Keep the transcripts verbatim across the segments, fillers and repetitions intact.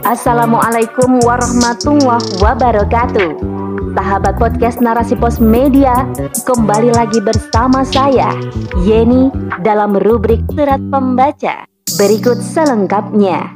Assalamualaikum warahmatullahi wabarakatuh. Sahabat podcast Narasi Pos Media, kembali lagi bersama saya Yeni dalam rubrik Surat Pembaca. Berikut selengkapnya.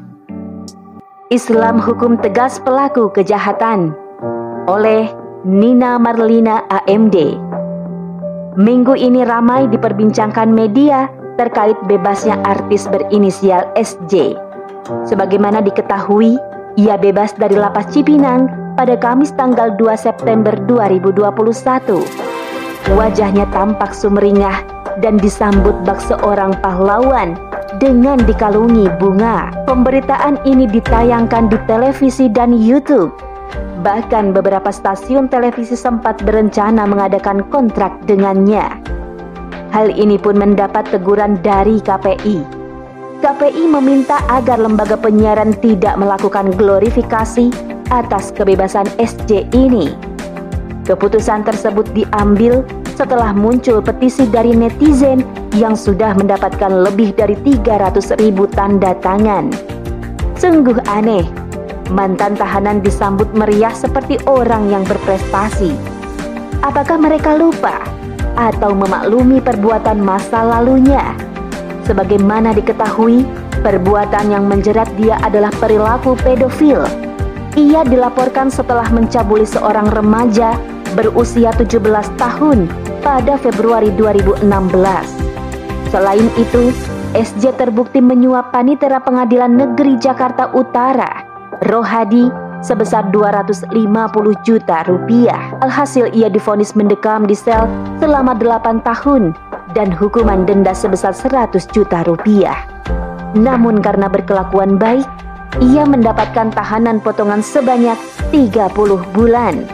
Islam hukum tegas pelaku kejahatan oleh Nina Marlina A M D. Minggu ini ramai diperbincangkan media terkait bebasnya artis berinisial S J. Sebagaimana diketahui, ia bebas dari Lapas Cipinang pada Kamis tanggal dua September dua ribu dua puluh satu. Wajahnya tampak sumringah dan disambut bak seorang pahlawan dengan dikalungi bunga. Pemberitaan ini ditayangkan di televisi dan YouTube. Bahkan beberapa stasiun televisi sempat berencana mengadakan kontrak dengannya. Hal ini pun mendapat teguran dari K P I. K P I meminta agar lembaga penyiaran tidak melakukan glorifikasi atas kebebasan S J ini. Keputusan tersebut diambil setelah muncul petisi dari netizen yang sudah mendapatkan lebih dari tiga ratus ribu tanda tangan. Sungguh aneh, mantan tahanan disambut meriah seperti orang yang berprestasi. Apakah mereka lupa atau memaklumi perbuatan masa lalunya? Sebagaimana diketahui, perbuatan yang menjerat dia adalah perilaku pedofil. Ia dilaporkan setelah mencabuli seorang remaja berusia tujuh belas tahun pada Februari dua ribu enam belas. Selain itu, S J terbukti menyuap Panitera Pengadilan Negeri Jakarta Utara, Rohadi, sebesar dua ratus lima puluh juta rupiah. Alhasil ia divonis mendekam di sel selama delapan tahun dan hukuman denda sebesar seratus juta rupiah. Namun karena berkelakuan baik, ia mendapatkan tahanan potongan sebanyak tiga puluh bulan.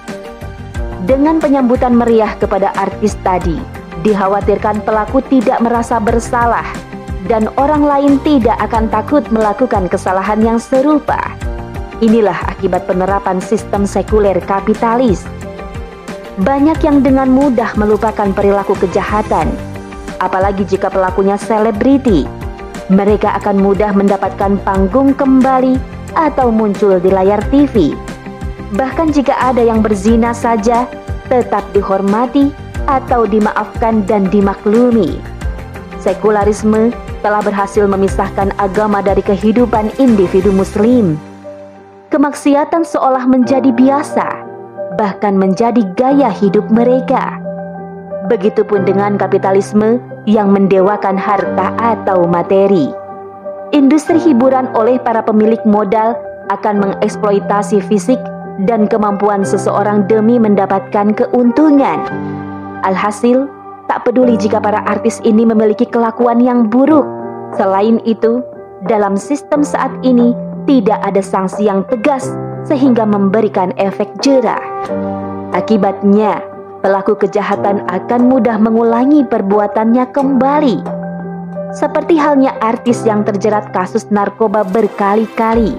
Dengan penyambutan meriah kepada artis tadi, dikhawatirkan pelaku tidak merasa bersalah dan orang lain tidak akan takut melakukan kesalahan yang serupa. Inilah akibat penerapan sistem sekuler kapitalis. Banyak yang dengan mudah melupakan perilaku kejahatan, apalagi jika pelakunya selebriti. Mereka akan mudah mendapatkan panggung kembali atau muncul di layar T V. Bahkan jika ada yang berzina saja, tetap dihormati atau dimaafkan dan dimaklumi. Sekularisme telah berhasil memisahkan agama dari kehidupan individu muslim. Kemaksiatan seolah menjadi biasa, bahkan menjadi gaya hidup mereka. Begitupun dengan kapitalisme yang mendewakan harta atau materi. Industri hiburan oleh para pemilik modal akan mengeksploitasi fisik dan kemampuan seseorang demi mendapatkan keuntungan. Alhasil, tak peduli jika para artis ini memiliki kelakuan yang buruk. Selain itu, dalam sistem saat ini tidak ada sanksi yang tegas sehingga memberikan efek jera. Akibatnya, pelaku kejahatan akan mudah mengulangi perbuatannya kembali. Seperti halnya artis yang terjerat kasus narkoba berkali-kali.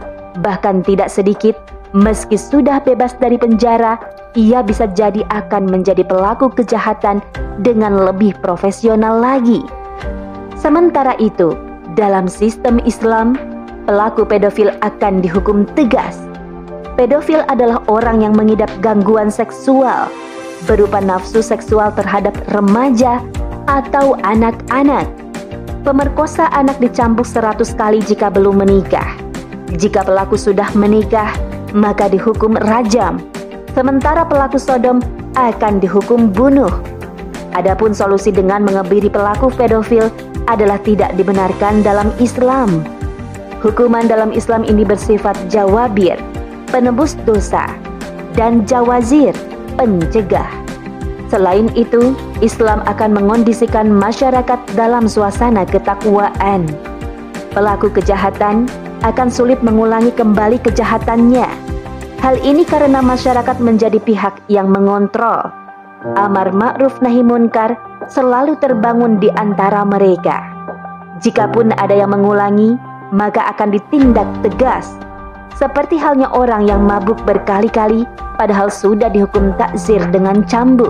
Bahkan tidak sedikit, meski sudah bebas dari penjara, ia bisa jadi akan menjadi pelaku kejahatan dengan lebih profesional lagi. Sementara itu, dalam sistem Islam, pelaku pedofil akan dihukum tegas. Pedofil adalah orang yang mengidap gangguan seksual berupa nafsu seksual terhadap remaja atau anak-anak. Pemerkosa anak dicambuk seratus kali jika belum menikah. Jika pelaku sudah menikah, maka dihukum rajam. Sementara pelaku sodom akan dihukum bunuh. Adapun solusi dengan mengebiri pelaku pedofil adalah tidak dibenarkan dalam Islam. Hukuman dalam Islam ini bersifat jawabir, penebus dosa, dan jawazir, pencegah. Selain itu, Islam akan mengondisikan masyarakat dalam suasana ketakwaan. Pelaku kejahatan akan sulit mengulangi kembali kejahatannya. Hal ini karena masyarakat menjadi pihak yang mengontrol. Amar ma'ruf nahi munkar selalu terbangun di antara mereka. Jikapun ada yang mengulangi, maka akan ditindak tegas. Seperti halnya orang yang mabuk berkali-kali padahal sudah dihukum takzir dengan cambuk,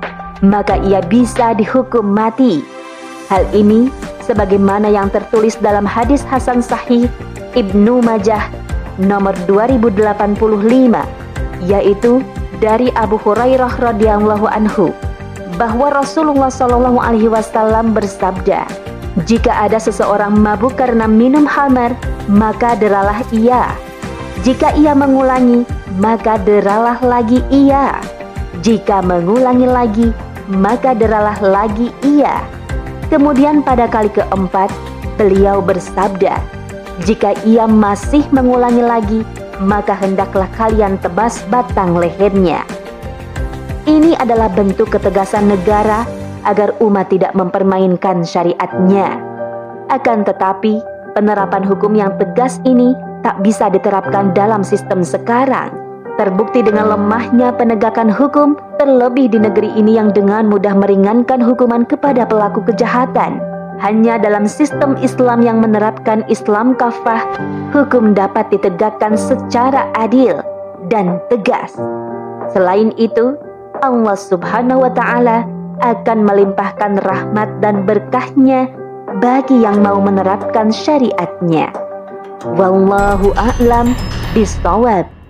maka ia bisa dihukum mati. Hal ini sebagaimana yang tertulis dalam hadis Hasan Sahih Ibnu Majah nomor dua ribu delapan puluh lima, yaitu dari Abu Hurairah radhiyallahu anhu bahwa Rasulullah shallallahu alaihi wasallam bersabda, jika ada seseorang mabuk karena minum khamar, maka deralah ia. Jika ia mengulangi, maka deralah lagi ia. Jika mengulangi lagi, maka deralah lagi ia. Kemudian pada kali keempat, beliau bersabda, jika ia masih mengulangi lagi, maka hendaklah kalian tebas batang lehernya. Ini adalah bentuk ketegasan negara agar umat tidak mempermainkan syariatnya. Akan tetapi, penerapan hukum yang tegas ini tak bisa diterapkan dalam sistem sekarang. Terbukti dengan lemahnya penegakan hukum, terlebih di negeri ini yang dengan mudah meringankan hukuman kepada pelaku kejahatan. Hanya dalam sistem Islam yang menerapkan Islam kafah, hukum dapat ditegakkan secara adil dan tegas. Selain itu, Allah Subhanahu wa Ta'ala akan melimpahkan rahmat dan berkahnya bagi yang mau menerapkan syariatnya. Wallahu a'lam bishawab.